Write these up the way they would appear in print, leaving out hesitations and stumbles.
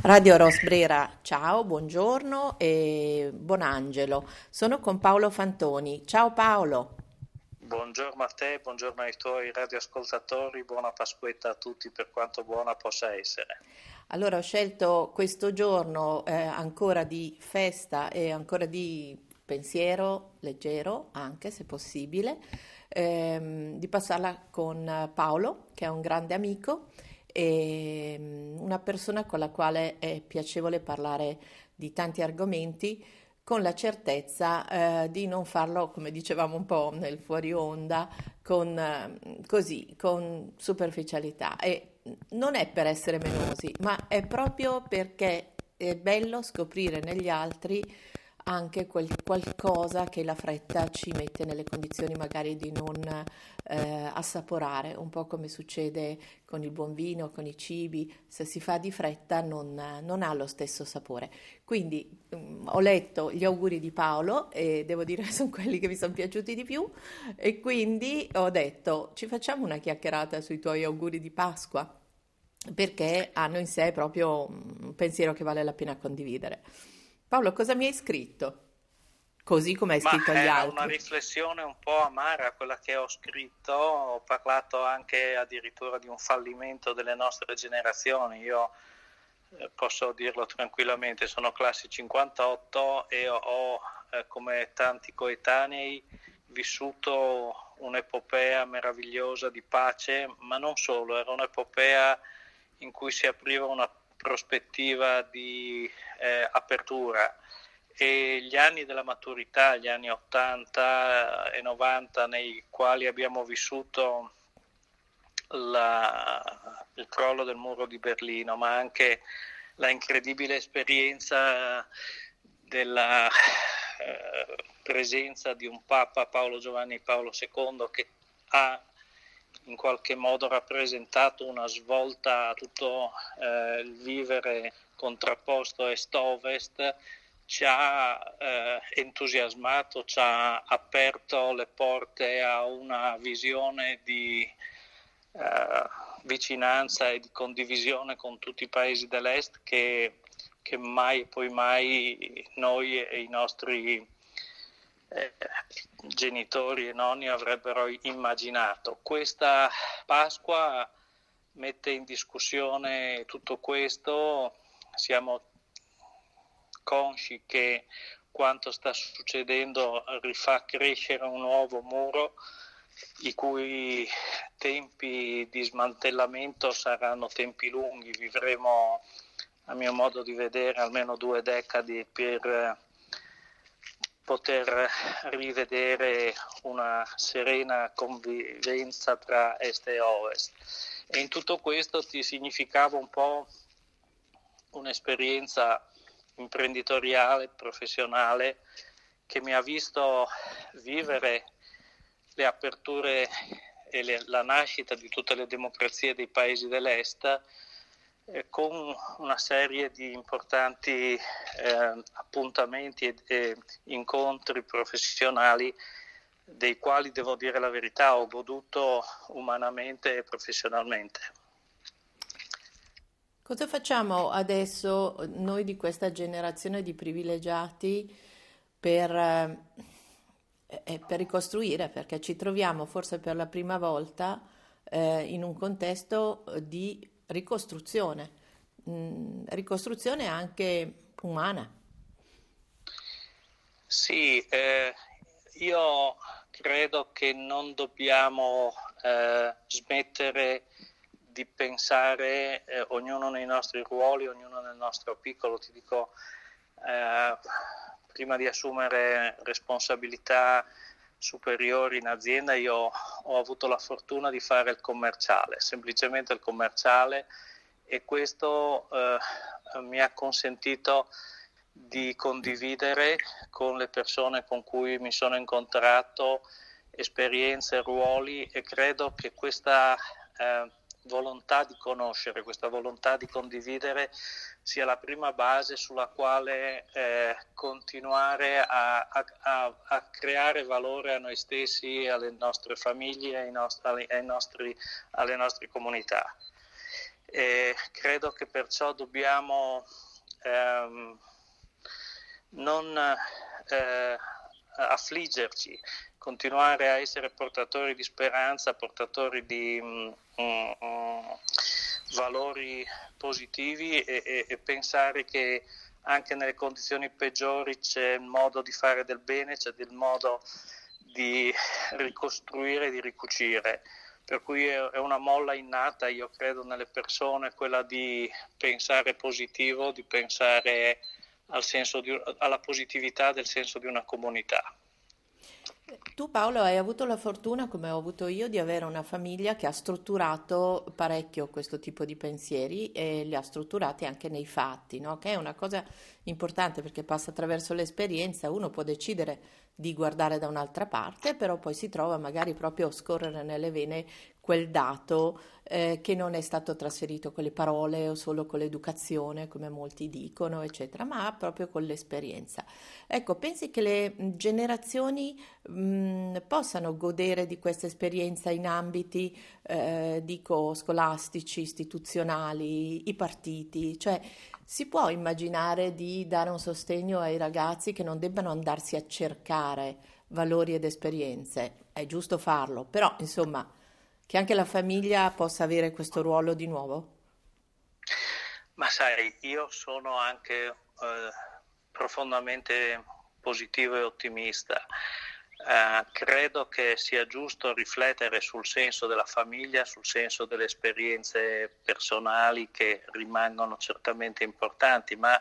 Radio Rosbrera, ciao, buongiorno e buon angelo. Sono con Paolo Fantoni. Ciao Paolo. Buongiorno a te, buongiorno ai tuoi radioascoltatori, buona Pasquetta a tutti per quanto buona possa essere. Allora, ho scelto questo giorno ancora di festa e ancora di pensiero leggero, anche se possibile, di passarla con Paolo, che è un grande amico e una persona con la quale è piacevole parlare di tanti argomenti, con la certezza di non farlo, come dicevamo un po' nel fuori onda, con, così, con superficialità. E non è per essere menosi, ma è proprio perché è bello scoprire negli altri anche quel qualcosa che la fretta ci mette nelle condizioni magari di non assaporare, un po' come succede con il buon vino, con i cibi, se si fa di fretta non ha lo stesso sapore. Quindi ho letto gli auguri di Paolo e devo dire che sono quelli che mi sono piaciuti di più e quindi ho detto ci facciamo una chiacchierata sui tuoi auguri di Pasqua perché hanno in sé proprio un pensiero che vale la pena condividere. Paolo, cosa mi hai scritto? Così come hai Ma scritto agli era una altri. riflessione un po' amara quella che ho scritto, ho parlato anche addirittura di un fallimento delle nostre generazioni. Io posso dirlo tranquillamente, sono classe 58 e come tanti coetanei, vissuto un'epopea meravigliosa di pace, ma non solo, era un'epopea in cui si apriva una prospettiva di apertura e gli anni della maturità, gli anni 80 e 90 nei quali abbiamo vissuto il crollo del muro di Berlino, ma anche la incredibile esperienza della presenza di un Papa, Paolo Giovanni Paolo II, che ha in qualche modo rappresentato una svolta a tutto il vivere contrapposto est-ovest, ci ha entusiasmato, ci ha aperto le porte a una visione di vicinanza e di condivisione con tutti i paesi dell'Est che mai e poi mai noi e i nostri eh, genitori e nonni avrebbero immaginato. Questa Pasqua mette in discussione tutto questo, siamo consci che quanto sta succedendo rifà crescere un nuovo muro i cui tempi di smantellamento saranno tempi lunghi, vivremo a mio modo di vedere almeno 2 decadi per poter rivedere una serena convivenza tra est e ovest. E in tutto questo ti significava un po' un'esperienza imprenditoriale, professionale, che mi ha visto vivere le aperture e la nascita di tutte le democrazie dei paesi dell'Est con una serie di importanti appuntamenti e incontri professionali dei quali, devo dire la verità, ho goduto umanamente e professionalmente. Cosa facciamo adesso noi di questa generazione di privilegiati per ricostruire? Perché ci troviamo forse per la prima volta in un contesto di ricostruzione, ricostruzione anche umana. Sì, io credo che non dobbiamo smettere di pensare, ognuno nei nostri ruoli, ognuno nel nostro piccolo. Ti dico, eh, prima di assumere responsabilità superiori in azienda, io ho avuto la fortuna di fare il commerciale, semplicemente il commerciale, e questo mi ha consentito di condividere con le persone con cui mi sono incontrato esperienze, ruoli, e credo che questa volontà di conoscere, questa volontà di condividere sia la prima base sulla quale continuare a creare valore a noi stessi, alle nostre famiglie, alle nostre comunità. E credo che perciò dobbiamo non affliggerci, continuare a essere portatori di speranza, portatori di valori positivi e pensare che anche nelle condizioni peggiori c'è il modo di fare del bene, c'è del modo di ricostruire, di ricucire. Per cui è una molla innata, io credo, nelle persone, quella di pensare positivo, di pensare alla positività del senso di una comunità. Tu Paolo hai avuto la fortuna, come ho avuto io, di avere una famiglia che ha strutturato parecchio questo tipo di pensieri e li ha strutturati anche nei fatti, no? Che è una cosa importante perché passa attraverso l'esperienza, uno può decidere di guardare da un'altra parte, però poi si trova magari proprio a scorrere nelle vene quel dato che non è stato trasferito con le parole o solo con l'educazione, come molti dicono, eccetera, ma proprio con l'esperienza. Ecco, pensi che le generazioni possano godere di questa esperienza in ambiti, dico, scolastici, istituzionali, i partiti, cioè si può immaginare di dare un sostegno ai ragazzi che non debbano andarsi a cercare valori ed esperienze, è giusto farlo, però insomma che anche la famiglia possa avere questo ruolo di nuovo? Ma sai, io sono anche profondamente positivo e ottimista. Credo che sia giusto riflettere sul senso della famiglia, sul senso delle esperienze personali che rimangono certamente importanti, ma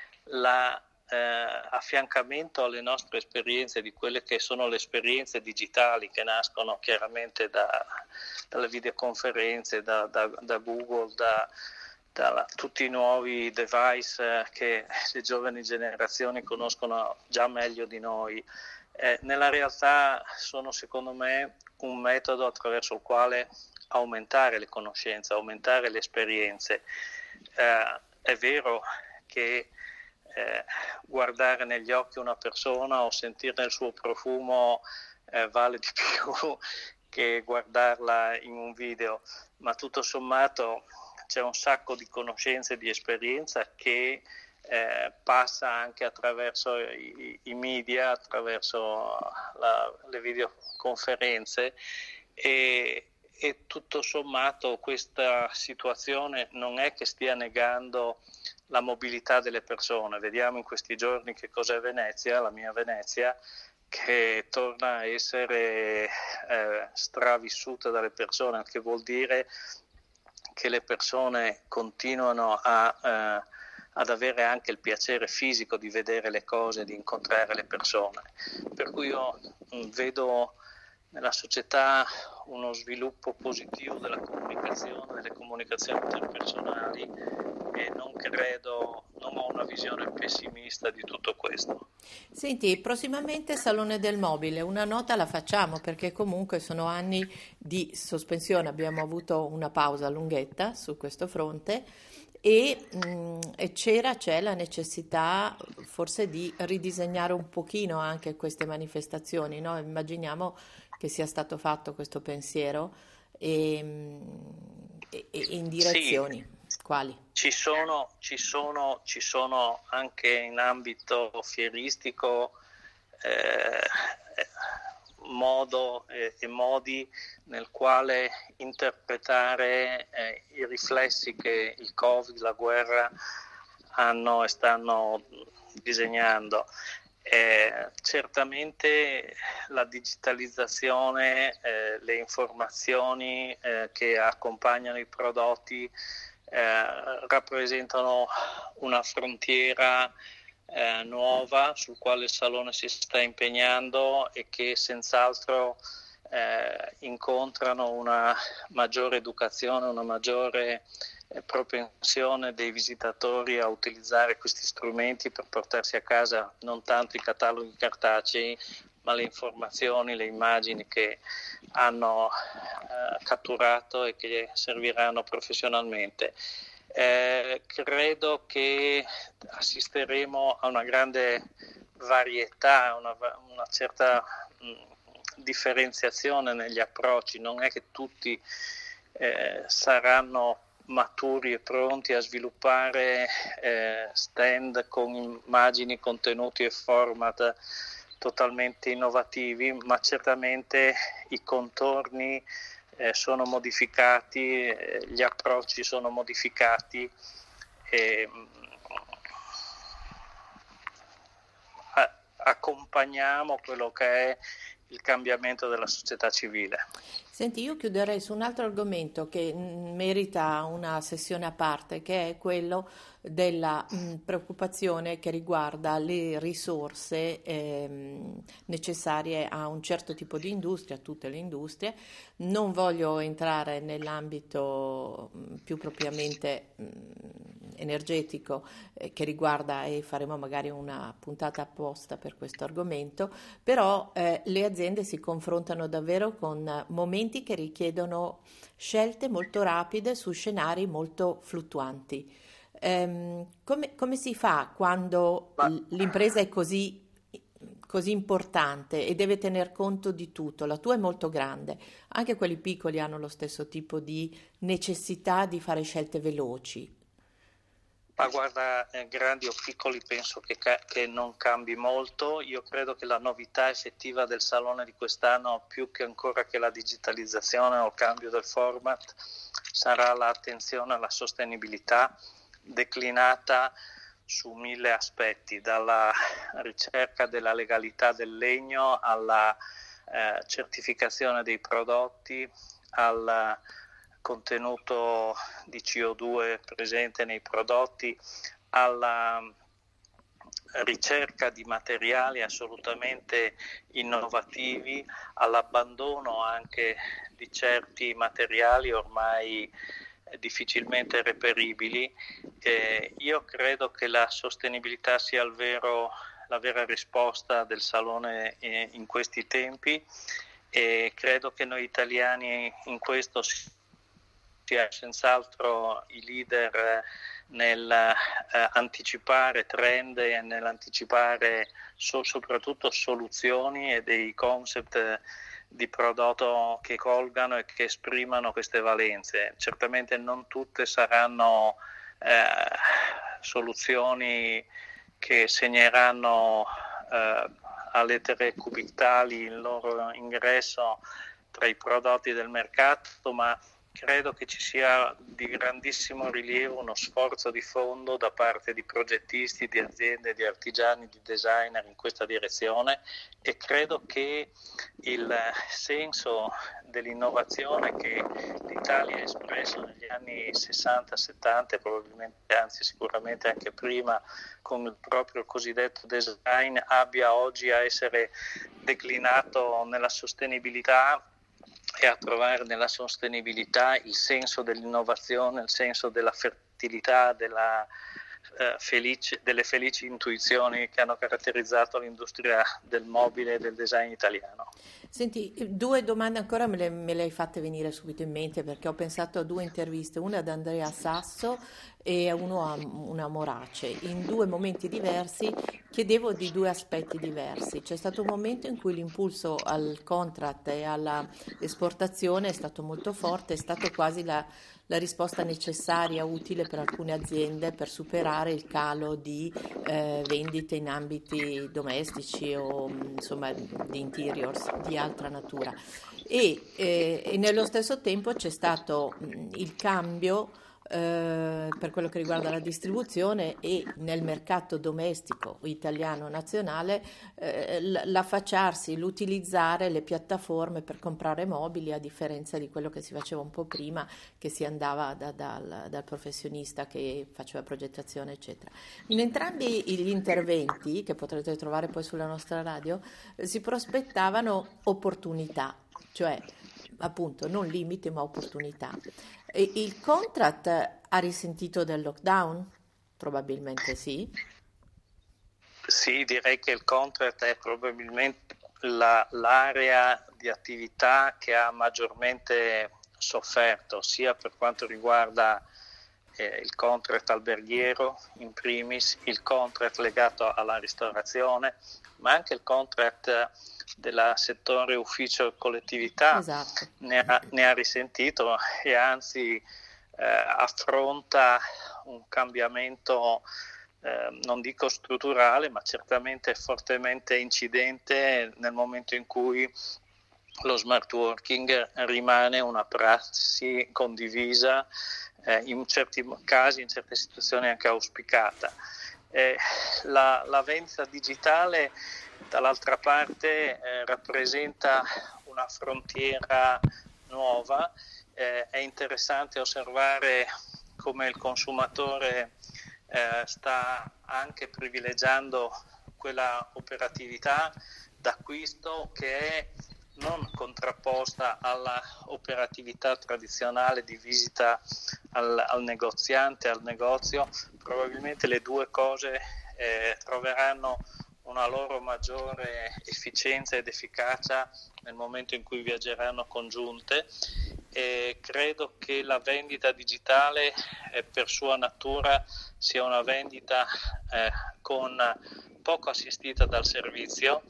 l'affiancamento alle nostre esperienze di quelle che sono le esperienze digitali che nascono chiaramente dalle videoconferenze, da Google, da tutti i nuovi device che le giovani generazioni conoscono già meglio di noi. Nella realtà sono secondo me un metodo attraverso il quale aumentare le conoscenze, aumentare le esperienze. È vero che guardare negli occhi una persona o sentirne il suo profumo vale di più che guardarla in un video, ma tutto sommato c'è un sacco di conoscenze e di esperienza che passa anche attraverso i media, attraverso le videoconferenze e tutto sommato questa situazione non è che stia negando la mobilità delle persone. Vediamo in questi giorni che cos'è Venezia, la mia Venezia, che torna a essere stravissuta dalle persone, che vuol dire che le persone continuano ad avere anche il piacere fisico di vedere le cose, di incontrare le persone. Per cui io vedo nella società uno sviluppo positivo delle comunicazioni interpersonali e non ho una visione pessimista di tutto questo. Senti, prossimamente Salone del Mobile, una nota la facciamo perché comunque sono anni di sospensione, abbiamo avuto una pausa lunghetta su questo fronte e c'è la necessità forse di ridisegnare un pochino anche queste manifestazioni, no? Immaginiamo che sia stato fatto questo pensiero e, e in Sì, direzioni. Quali? ci sono anche in ambito fieristico eh, modo e modi nel quale interpretare i riflessi che il Covid, la guerra hanno e stanno disegnando. Certamente la digitalizzazione, le informazioni che accompagnano i prodotti rappresentano una frontiera nuova sul quale il Salone si sta impegnando e che senz'altro incontrano una maggiore educazione, una maggiore propensione dei visitatori a utilizzare questi strumenti per portarsi a casa non tanto i cataloghi cartacei, ma le informazioni, le immagini che hanno catturato e che serviranno professionalmente. Credo che assisteremo a una grande varietà, una certa differenziazione negli approcci, non è che tutti saranno maturi e pronti a sviluppare stand con immagini, contenuti e format totalmente innovativi, ma certamente i contorni sono modificati, gli approcci sono modificati e accompagniamo quello che è il cambiamento della società civile. Senti, io chiuderei su un altro argomento che merita una sessione a parte, che è quello della preoccupazione che riguarda le risorse necessarie a un certo tipo di industria, a tutte le industrie. Non voglio entrare nell'ambito più propriamente energetico che riguarda, e faremo magari una puntata apposta per questo argomento, però le aziende si confrontano davvero con momenti che richiedono scelte molto rapide su scenari molto fluttuanti. Come si fa quando Ma l'impresa è così importante e deve tener conto di tutto? La tua è molto grande, anche quelli piccoli hanno lo stesso tipo di necessità di fare scelte veloci. Ma guarda, grandi o piccoli penso che non cambi molto. Io credo che la novità effettiva del salone di quest'anno, più che ancora che la digitalizzazione o il cambio del format, sarà l'attenzione alla sostenibilità declinata su 1000 aspetti, dalla ricerca della legalità del legno alla certificazione dei prodotti, al contenuto di CO2 presente nei prodotti, alla ricerca di materiali assolutamente innovativi, all'abbandono anche di certi materiali ormai difficilmente reperibili. Io credo che la sostenibilità sia la vera risposta del Salone in questi tempi, e credo che noi italiani in questo sia senz'altro i leader nel anticipare trend e nell'anticipare soprattutto soluzioni e dei concept di prodotto che colgano e che esprimano queste valenze. Certamente non tutte saranno soluzioni che segneranno a lettere cubitali il loro ingresso tra i prodotti del mercato, ma credo che ci sia di grandissimo rilievo uno sforzo di fondo da parte di progettisti, di aziende, di artigiani, di designer in questa direzione, e credo che il senso dell'innovazione che l'Italia ha espresso negli anni 60-70 e probabilmente, anzi sicuramente anche prima, con il proprio cosiddetto design, abbia oggi a essere declinato nella sostenibilità e a trovare nella sostenibilità il senso dell'innovazione, il senso della fertilità, delle felici intuizioni che hanno caratterizzato l'industria del mobile e del design italiano. Senti, due domande ancora me le hai fatte venire subito in mente, perché ho pensato a due interviste, una ad Andrea Sasso e una a Morace. In due momenti diversi chiedevo di due aspetti diversi. C'è stato un momento in cui l'impulso al contract e alla esportazione è stato molto forte, è stato quasi la risposta necessaria, utile per alcune aziende per superare il calo di vendite in ambiti domestici o insomma di interiors di altra natura. E nello stesso tempo c'è stato il cambio per quello che riguarda la distribuzione, e nel mercato domestico italiano nazionale l'affacciarsi, l'utilizzare le piattaforme per comprare mobili, a differenza di quello che si faceva un po' prima, che si andava dal professionista che faceva progettazione eccetera. In entrambi gli interventi, che potrete trovare poi sulla nostra radio, si prospettavano opportunità, cioè appunto non limiti ma opportunità. E il contract ha risentito del lockdown? Probabilmente sì. Sì, direi che il contract è probabilmente l'area di attività che ha maggiormente sofferto, sia per quanto riguarda il contract alberghiero in primis, il contract legato alla ristorazione, ma anche il contract del settore ufficio e collettività. Esatto. Ne ha risentito, e anzi affronta un cambiamento, non dico strutturale, ma certamente fortemente incidente nel momento in cui lo smart working rimane una prassi condivisa, in certi casi, in certe situazioni anche auspicata. La vendita digitale, dall'altra parte, rappresenta una frontiera nuova. È interessante osservare come il consumatore sta anche privilegiando quella operatività d'acquisto che è non contrapposta alla operatività tradizionale di visita al negoziante, al negozio. Probabilmente le due cose troveranno una loro maggiore efficienza ed efficacia nel momento in cui viaggeranno congiunte, e credo che la vendita digitale per sua natura sia una vendita con poco assistita dal servizio,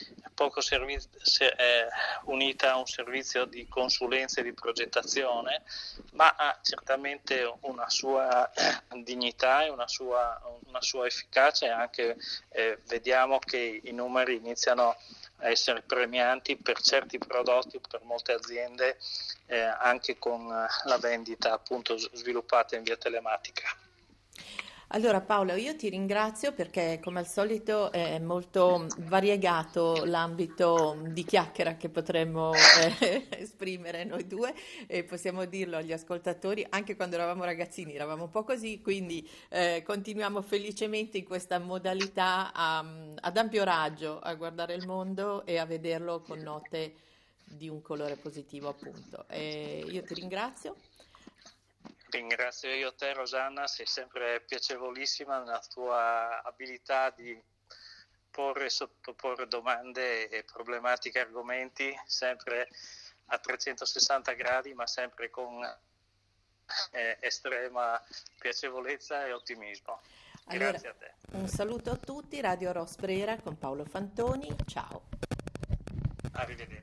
unita a un servizio di consulenza e di progettazione, ma ha certamente una sua dignità e una sua efficacia, e anche vediamo che i numeri iniziano a essere premianti per certi prodotti, per molte aziende, anche con la vendita appunto sviluppata in via telematica. Allora Paolo, io ti ringrazio perché come al solito è molto variegato l'ambito di chiacchiera che potremmo esprimere noi due, e possiamo dirlo agli ascoltatori, anche quando eravamo ragazzini eravamo un po' così, quindi continuiamo felicemente in questa modalità ad ampio raggio a guardare il mondo e a vederlo con note di un colore positivo, appunto. E io ti ringrazio. Ringrazio io te, Rosanna, sei sempre piacevolissima nella tua abilità di porre e sottoporre domande e problematiche, argomenti, sempre a 360 gradi, ma sempre con estrema piacevolezza e ottimismo. Allora, Grazie a te. un saluto a tutti, Radio Rosbrera con Paolo Fantoni, ciao. Arrivederci.